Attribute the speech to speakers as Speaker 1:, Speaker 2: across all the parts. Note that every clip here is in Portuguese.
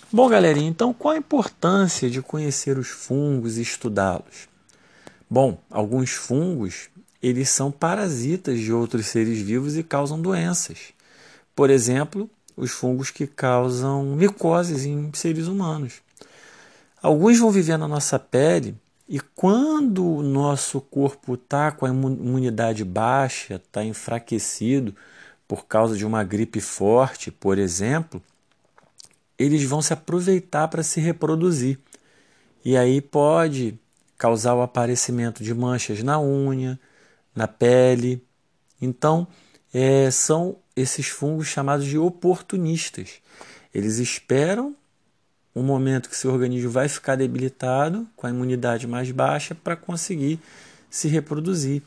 Speaker 1: Bom, galerinha, então qual a importância de conhecer os fungos e estudá-los? Bom, alguns fungos, eles são parasitas de outros seres vivos e causam doenças. Por exemplo, os fungos que causam micoses em seres humanos. Alguns vão viver na nossa pele e quando o nosso corpo está com a imunidade baixa, está enfraquecido por causa de uma gripe forte, por exemplo, eles vão se aproveitar para se reproduzir. E aí pode causar o aparecimento de manchas na unha, na pele. Então, são esses fungos chamados de oportunistas. Eles esperam um momento que seu organismo vai ficar debilitado, com a imunidade mais baixa, para conseguir se reproduzir.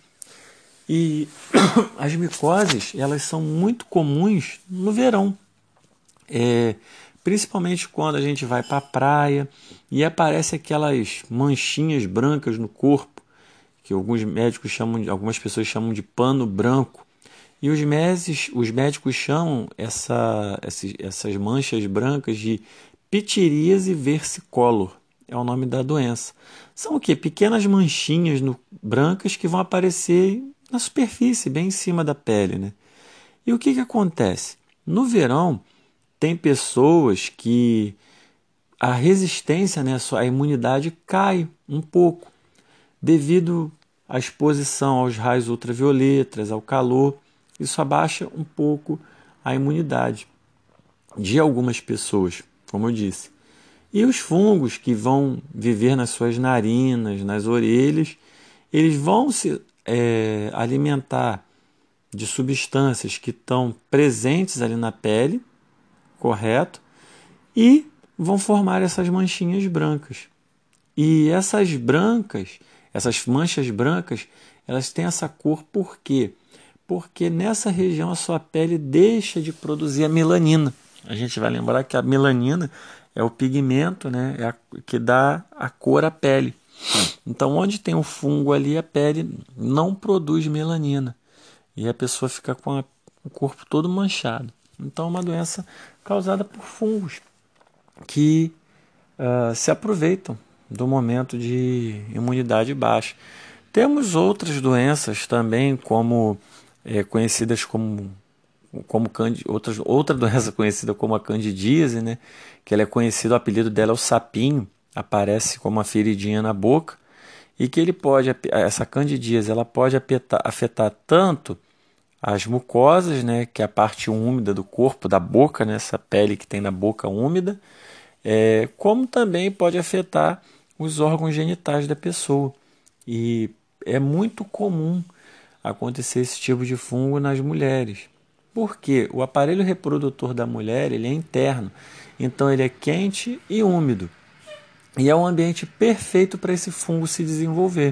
Speaker 1: E as micoses, elas são muito comuns no verão. Principalmente quando a gente vai para a praia e aparece aquelas manchinhas brancas no corpo, que algumas pessoas chamam de pano branco. E os médicos chamam essas manchas brancas de pitiríase versicolor. É o nome da doença. São o quê? Pequenas manchinhas brancas que vão aparecer na superfície, bem em cima da pele, né? E o que acontece? No verão, tem pessoas que a resistência, né, a imunidade cai um pouco devido à exposição aos raios ultravioletas, ao calor. Isso abaixa um pouco a imunidade de algumas pessoas, como eu disse. E os fungos que vão viver nas suas narinas, nas orelhas, eles vão se alimentar de substâncias que estão presentes ali na pele, correto? E vão formar essas manchinhas brancas. E essas manchas brancas, elas têm essa cor por quê? Porque nessa região a sua pele deixa de produzir a melanina. A gente vai lembrar que a melanina é o pigmento, né, que dá a cor à pele. Então, onde tem o fungo ali, a pele não produz melanina. E a pessoa fica com o corpo todo manchado. Então, é uma doença causada por fungos que se aproveitam do momento de imunidade baixa. Temos outras doenças também, como conhecidas outra doença conhecida como a candidíase, né? Que ela é conhecida, o apelido dela é o sapinho, aparece como uma feridinha na boca, e que essa candidíase ela pode afetar tanto as mucosas, né, que é a parte úmida do corpo, da boca, né, essa pele que tem na boca úmida, como também pode afetar os órgãos genitais da pessoa. E é muito comum acontecer esse tipo de fungo nas mulheres. Porque o aparelho reprodutor da mulher ele é interno, então ele é quente e úmido. E é um ambiente perfeito para esse fungo se desenvolver.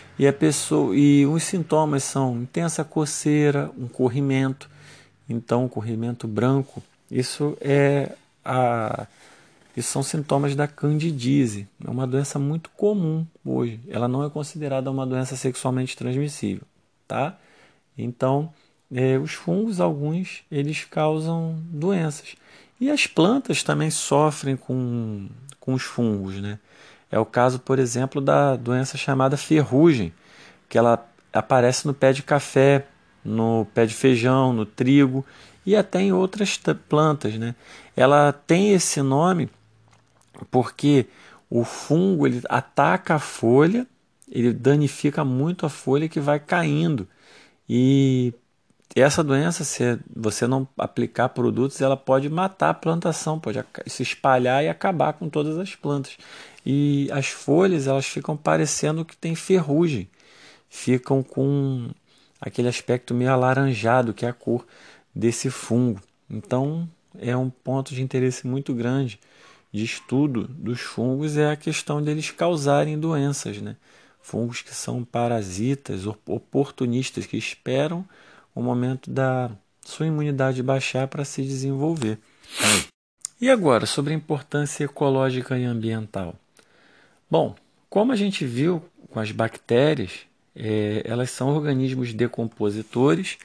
Speaker 1: E os sintomas são intensa coceira, um corrimento, então um corrimento branco. Isso é a Isso são sintomas da candidíase. É uma doença muito comum hoje. Ela não é considerada uma doença sexualmente transmissível, tá? Então, os fungos, alguns, eles causam doenças. E as plantas também sofrem com os fungos, né? É o caso, por exemplo, da doença chamada ferrugem, que ela aparece no pé de café, no pé de feijão, no trigo e até em outras plantas, né? Ela tem esse nome porque o fungo ele ataca a folha, ele danifica muito a folha que vai caindo. E essa doença, se você não aplicar produtos, ela pode matar a plantação, pode se espalhar e acabar com todas as plantas. E as folhas elas ficam parecendo que tem ferrugem, ficam com aquele aspecto meio alaranjado, que é a cor desse fungo. Então, é um ponto de interesse muito grande de estudo dos fungos é a questão deles causarem doenças, né? Fungos que são parasitas, oportunistas, que esperam o momento da sua imunidade baixar para se desenvolver. E agora, sobre a importância ecológica e ambiental? Bom, como a gente viu com as bactérias, elas são organismos decompositores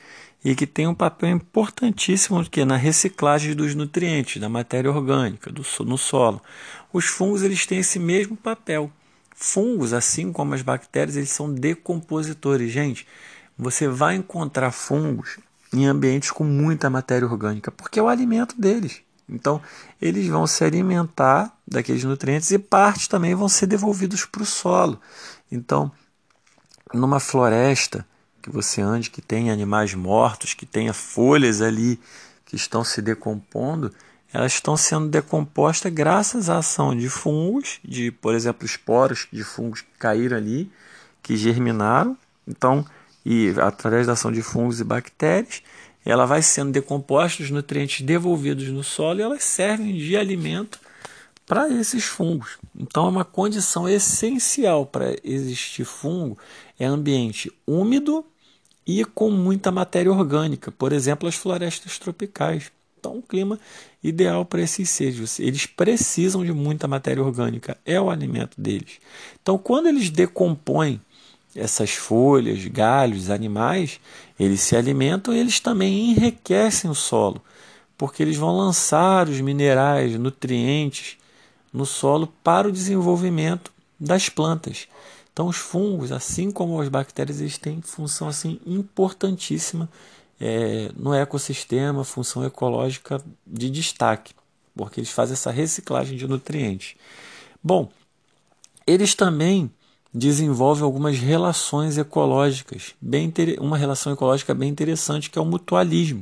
Speaker 1: e que tem um papel importantíssimo na reciclagem dos nutrientes, da matéria orgânica, no solo. Os fungos eles têm esse mesmo papel. Fungos, assim como as bactérias, eles são decompositores. Gente, você vai encontrar fungos em ambientes com muita matéria orgânica, porque é o alimento deles. Então, eles vão se alimentar daqueles nutrientes e parte também vão ser devolvidos para o solo. Então, numa floresta que você ande, que tenha animais mortos, que tenha folhas ali que estão se decompondo, elas estão sendo decompostas graças à ação de fungos, por exemplo, esporos de fungos que caíram ali, que germinaram. Então, e através da ação de fungos e bactérias, ela vai sendo decomposta, os nutrientes devolvidos no solo e elas servem de alimento para esses fungos. Então, é uma condição essencial para existir fungo é ambiente úmido e com muita matéria orgânica, por exemplo, as florestas tropicais. Então, um clima ideal para esses seres. Eles precisam de muita matéria orgânica, é o alimento deles. Então, quando eles decompõem essas folhas, galhos, animais, eles se alimentam e eles também enriquecem o solo, porque eles vão lançar os minerais, nutrientes no solo para o desenvolvimento das plantas. Então, os fungos, assim como as bactérias, eles têm função assim, importantíssima no ecossistema, função ecológica de destaque, porque eles fazem essa reciclagem de nutrientes. Bom, eles também desenvolvem algumas relações ecológicas, uma relação ecológica bem interessante, que é o mutualismo.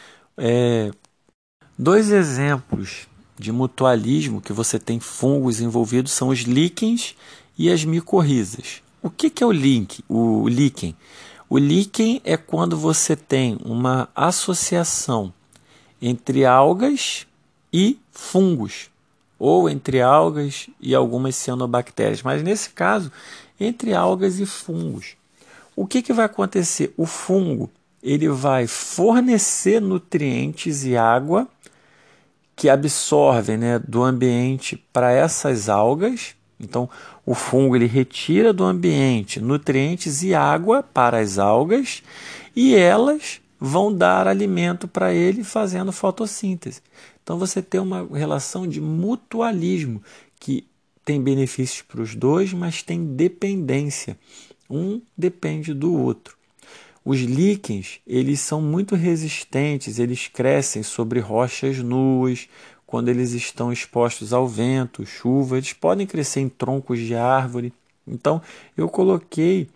Speaker 1: Dois exemplos de mutualismo que você tem fungos envolvidos são os líquens e as micorrizas. O que é o líquen? O líquen é quando você tem uma associação entre algas e fungos, ou entre algas e algumas cianobactérias, mas nesse caso, entre algas e fungos. O que vai acontecer? O fungo ele vai fornecer nutrientes e água que absorvem, né, do ambiente para essas algas. Então, o fungo ele retira do ambiente nutrientes e água para as algas e elas vão dar alimento para ele fazendo fotossíntese. Então, você tem uma relação de mutualismo que tem benefícios para os dois, mas tem dependência. Um depende do outro. Os líquens, eles são muito resistentes, eles crescem sobre rochas nuas, quando eles estão expostos ao vento, chuva, eles podem crescer em troncos de árvore. Então, eu coloquei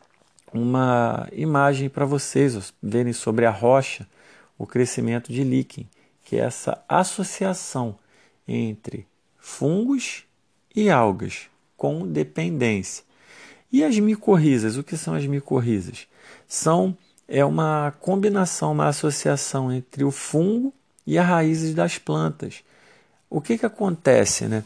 Speaker 1: uma imagem para vocês verem sobre a rocha o crescimento de líquen, que é essa associação entre fungos e algas com dependência. E as micorrizas, o que são as micorrizas? É uma combinação, uma associação entre o fungo e as raízes das plantas. O que acontece, né?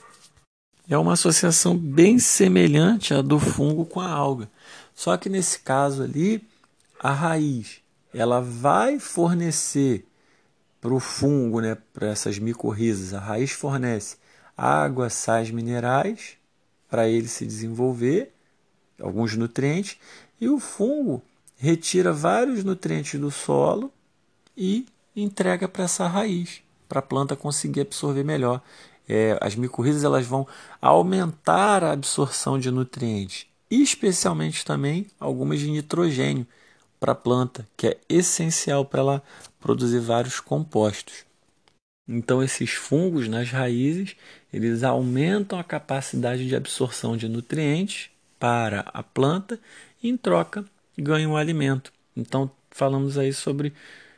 Speaker 1: É uma associação bem semelhante à do fungo com a alga. Só que nesse caso ali, a raiz ela vai fornecer para o fungo, né, para essas micorrizas, a raiz fornece água, sais minerais para ele se desenvolver, alguns nutrientes, e o fungo retira vários nutrientes do solo e entrega para essa raiz, para a planta conseguir absorver melhor. As micorrizas elas vão aumentar a absorção de nutrientes, especialmente também algumas de nitrogênio para a planta, que é essencial para ela produzir vários compostos. Então esses fungos nas raízes, eles aumentam a capacidade de absorção de nutrientes para a planta e em troca ganham o alimento. Então falamos aí sobre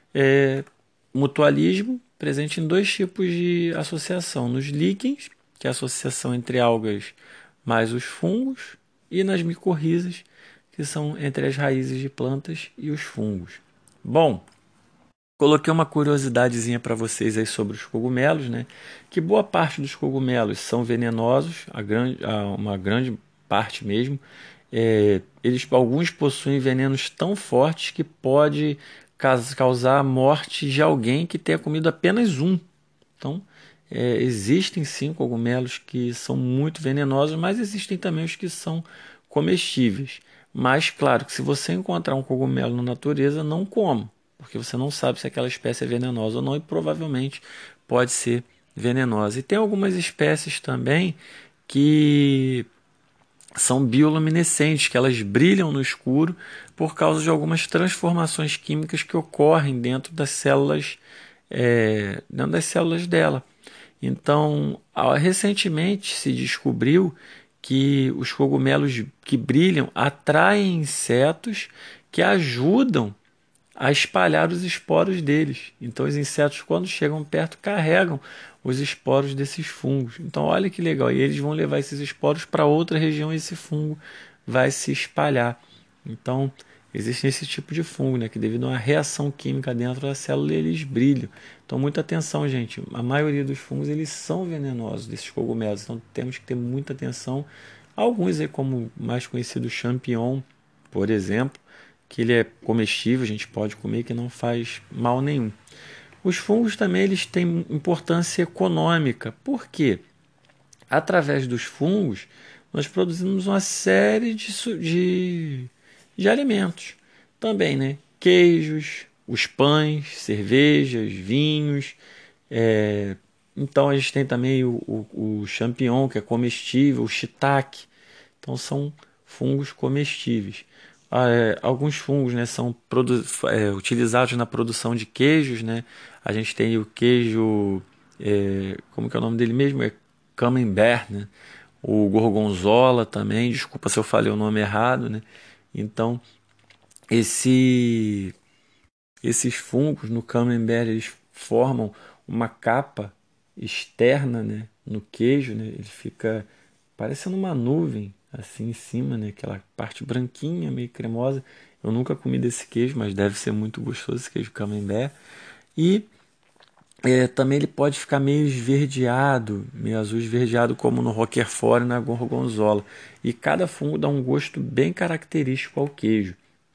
Speaker 1: mutualismo presente em dois tipos de associação, nos líquens, que é a associação entre algas mais os fungos, e nas micorrizas, que são entre as raízes de plantas e os fungos. Bom, coloquei uma curiosidadezinha para vocês aí sobre os cogumelos, né? Que boa parte dos cogumelos são venenosos, uma grande parte mesmo. Alguns possuem venenos tão fortes que pode causar a morte de alguém que tenha comido apenas um. Então, existem sim cogumelos que são muito venenosos, mas existem também os que são comestíveis. Mas, claro, que se você encontrar um cogumelo na natureza, não coma. porque você não sabe se aquela espécie é venenosa ou não, e provavelmente pode ser venenosa. E tem algumas espécies também que são bioluminescentes, que elas brilham no escuro por causa de algumas transformações químicas que ocorrem dentro das células dela. Então, recentemente se descobriu que os cogumelos que brilham atraem insetos que ajudam a espalhar os esporos deles. Então, os insetos, quando chegam perto, carregam os esporos desses fungos. Então, olha que legal. E eles vão levar esses esporos para outra região e esse fungo vai se espalhar. Então, existe esse tipo de fungo, né, que devido a uma reação química dentro da célula, eles brilham. Então, muita atenção, gente. A maioria dos fungos, eles são venenosos, desses cogumelos. Então, temos que ter muita atenção. Alguns, aí, como o mais conhecido champignon, por exemplo, que ele é comestível, a gente pode comer, que não faz mal nenhum. Os fungos também eles têm importância econômica. Por quê? Através dos fungos, nós produzimos uma série de alimentos. Também, né? Queijos, os pães, cervejas, vinhos. Então, a gente tem também o champignon, que é comestível, o shiitake. Então, são fungos comestíveis. Alguns fungos, né, são utilizados na produção de queijos, né? A gente tem o queijo, como que é o nome dele mesmo? É Camembert, né? O gorgonzola também, desculpa se eu falei o nome errado, né? Então, esse, esses fungos no Camembert, eles formam uma capa externa, né, no queijo, né? Ele fica parecendo uma nuvem assim em cima, né? Aquela parte branquinha, meio cremosa. Eu nunca comi desse queijo, mas deve ser muito gostoso esse queijo Camembert. E também ele pode ficar meio esverdeado, meio azul esverdeado, como no Roquefort e na Gorgonzola. E cada fungo dá um gosto bem característico ao queijo.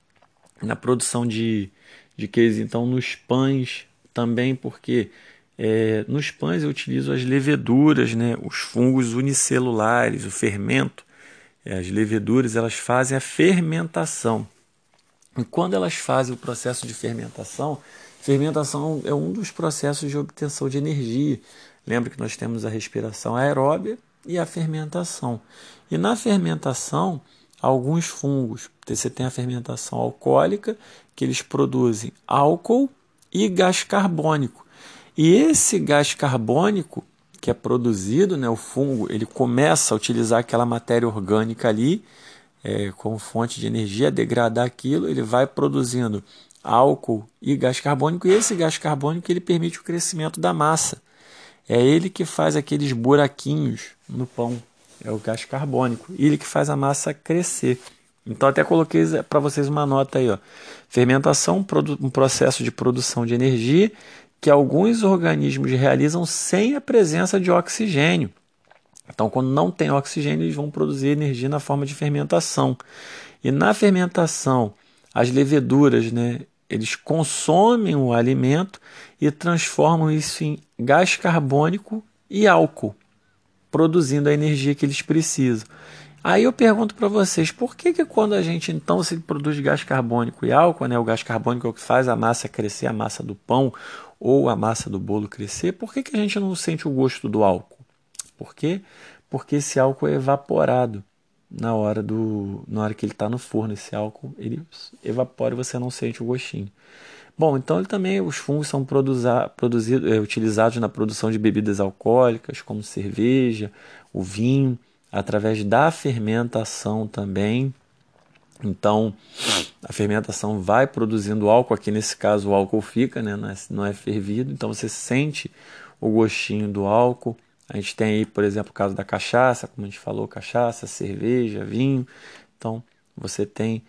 Speaker 1: Na produção de queijo, então, nos pães também, porque nos pães eu utilizo as leveduras, né, os fungos unicelulares, o fermento. As leveduras elas fazem a fermentação. E quando elas fazem o processo de fermentação é um dos processos de obtenção de energia. Lembra que nós temos a respiração aeróbia e a fermentação. E na fermentação, alguns fungos, você tem a fermentação alcoólica, que eles produzem álcool e gás carbônico. E esse gás carbônico que é produzido, né, o fungo, ele começa a utilizar aquela matéria orgânica ali como fonte de energia, degradar aquilo, ele vai produzindo álcool e gás carbônico, e esse gás carbônico ele permite o crescimento da massa. É ele que faz aqueles buraquinhos no pão, é o gás carbônico, ele que faz a massa crescer. Então até coloquei para vocês uma nota aí, ó. Fermentação, um processo de produção de energia que alguns organismos realizam sem a presença de oxigênio. Então, quando não tem oxigênio, eles vão produzir energia na forma de fermentação. E na fermentação, as leveduras, né, eles consomem o alimento e transformam isso em gás carbônico e álcool, produzindo a energia que eles precisam. Aí eu pergunto para vocês, por que quando a gente então se produz gás carbônico e álcool, né, o gás carbônico é o que faz a massa crescer, a massa do pão ou a massa do bolo crescer, por que a gente não sente o gosto do álcool? Por quê? Porque esse álcool é evaporado na hora que ele está no forno. Esse álcool ele evapora e você não sente o gostinho. Bom, então os fungos são utilizados na produção de bebidas alcoólicas, como cerveja, o vinho, através da fermentação também. Então, a fermentação vai produzindo álcool, aqui nesse caso o álcool fica, né? Não é fervido, então você sente o gostinho do álcool. A gente tem aí, por exemplo, o caso da cachaça, como a gente falou, cachaça, cerveja, vinho. Então, você tem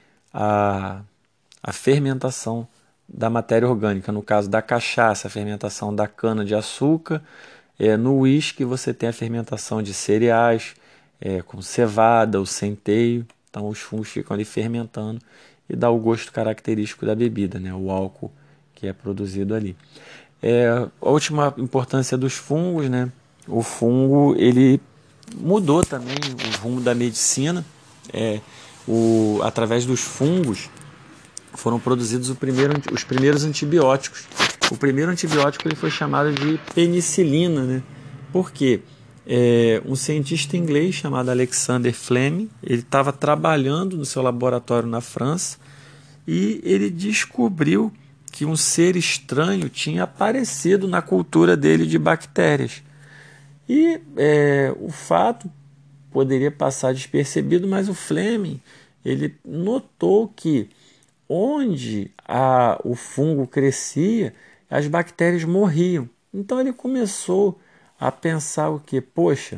Speaker 1: a fermentação da matéria orgânica. No caso da cachaça, a fermentação da cana-de-açúcar. No uísque, você tem a fermentação de cereais, com cevada, o centeio. Então, os fungos ficam ali fermentando e dá o gosto característico da bebida, né? O álcool que é produzido ali. A última importância dos fungos, né? O fungo ele mudou também o rumo da medicina. Através dos fungos foram produzidos os primeiros antibióticos. O primeiro antibiótico ele foi chamado de penicilina, né? Por quê? Um cientista inglês chamado Alexander Fleming, ele estava trabalhando no seu laboratório na França e ele descobriu que um ser estranho tinha aparecido na cultura dele de bactérias. E o fato poderia passar despercebido, mas o Fleming ele notou que onde o fungo crescia, as bactérias morriam. Então ele começou a pensar o que? Poxa,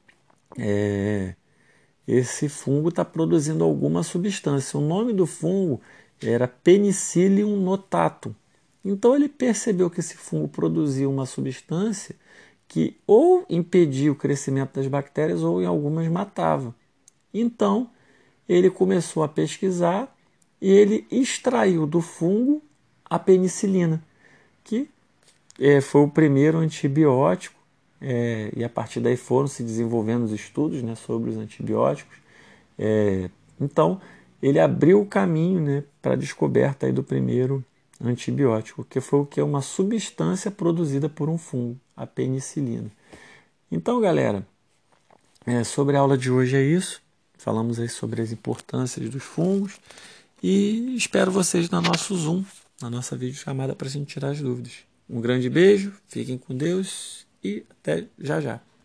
Speaker 1: esse fungo está produzindo alguma substância. O nome do fungo era Penicillium notatum. Então ele percebeu que esse fungo produzia uma substância que ou impedia o crescimento das bactérias ou em algumas matava. Então ele começou a pesquisar e ele extraiu do fungo a penicilina, que foi o primeiro antibiótico, e a partir daí foram se desenvolvendo os estudos, né, sobre os antibióticos. Então, ele abriu o caminho, né, para a descoberta aí do primeiro antibiótico, que foi o que é uma substância produzida por um fungo, a penicilina. Então, galera, sobre a aula de hoje é isso. Falamos aí sobre as importâncias dos fungos e espero vocês no nosso Zoom, na nossa videochamada para a gente tirar as dúvidas. Um grande beijo, fiquem com Deus e até já já.